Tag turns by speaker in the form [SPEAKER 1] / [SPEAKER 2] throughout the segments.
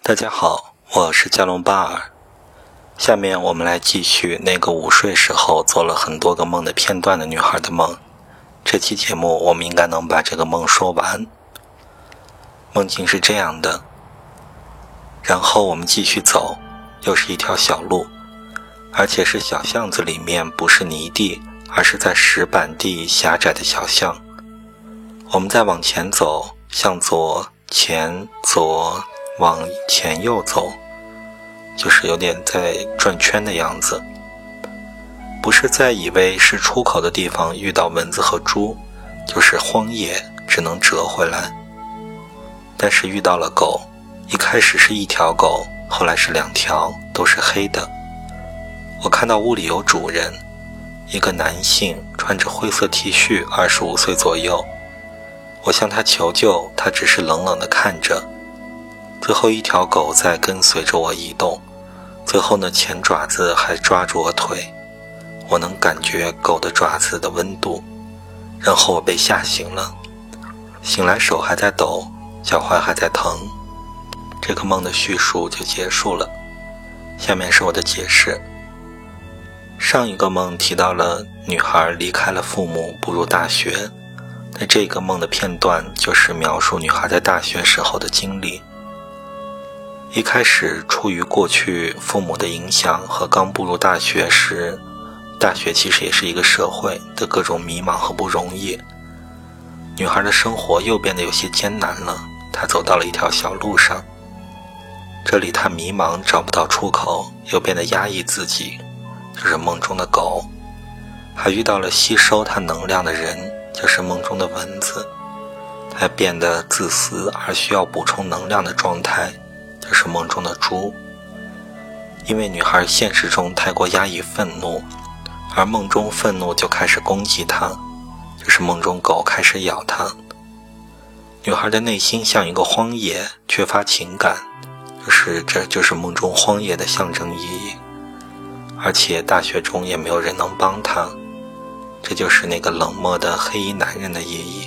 [SPEAKER 1] 大家好，我是加隆巴尔。下面我们来继续那个午睡时候做了很多个梦的片段的女孩的梦。这期节目我们应该能把这个梦说完。梦境是这样的，然后我们继续走，又是一条小路，而且是小巷子里面，不是泥地，而是在石板地狭窄的小巷。我们再往前走，向左前左往前右走，就是有点在转圈的样子。不是在以为是出口的地方遇到蚊子和猪，就是荒野，只能折回来。但是遇到了狗，一开始是一条狗，后来是2条，都是黑的。我看到屋里有主人，一个男性，穿着灰色 T 恤，25岁左右。我向他求救，他只是冷冷地看着。最后一条狗在跟随着我移动，最后呢，前爪子还抓住我腿，我能感觉狗的爪子的温度。然后我被吓醒了，醒来手还在抖，脚踝还在疼。这个梦的叙述就结束了。下面是我的解释。上一个梦提到了女孩离开了父母，步入大学。那这个梦的片段就是描述女孩在大学时候的经历。一开始出于过去父母的影响和刚步入大学时，大学其实也是一个社会的各种迷茫和不容易。女孩的生活又变得有些艰难了，她走到了一条小路上，这里她迷茫，找不到出口，又变得压抑自己，就是梦中的狗，还遇到了吸收她能量的人，就是梦中的蚊子。她变得自私而需要补充能量的状态，就是梦中的猪。因为女孩现实中太过压抑愤怒，而梦中愤怒就开始攻击她，就是梦中狗开始咬她。女孩的内心像一个荒野，缺乏情感，这就是梦中荒野的象征意义。而且大学中也没有人能帮她，这就是那个冷漠的黑衣男人的意义。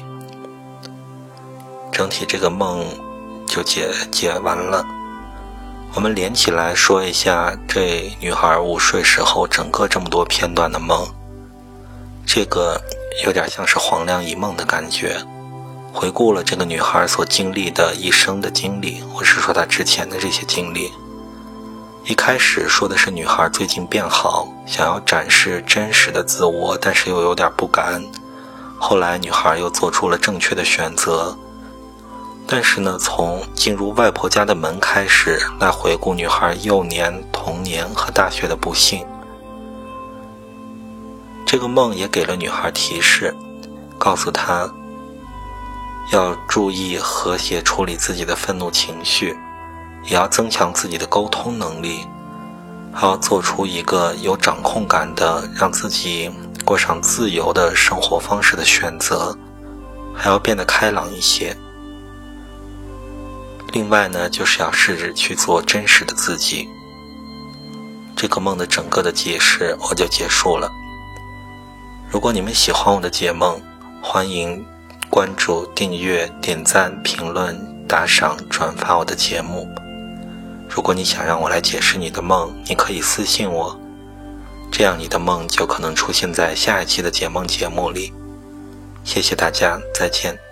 [SPEAKER 1] 整体这个梦就解完了。我们连起来说一下这女孩午睡时候整个这么多片段的梦。这个有点像是黄粱一梦的感觉，回顾了这个女孩所经历的一生的经历，或是说她之前的这些经历。一开始说的是女孩最近变好，想要展示真实的自我，但是又有点不敢。后来女孩又做出了正确的选择。但是呢，从进入外婆家的门开始，来回顾女孩幼年、童年和大学的不幸。这个梦也给了女孩提示，告诉她要注意和谐处理自己的愤怒情绪，也要增强自己的沟通能力，还要做出一个有掌控感的，让自己过上自由的生活方式的选择，还要变得开朗一些。另外呢，就是要试着去做真实的自己。这个梦的整个的解释我就结束了。如果你们喜欢我的解梦，欢迎关注、订阅、点赞、评论、打赏、转发我的节目。如果你想让我来解释你的梦，你可以私信我，这样你的梦就可能出现在下一期的解梦节目里。谢谢大家，再见。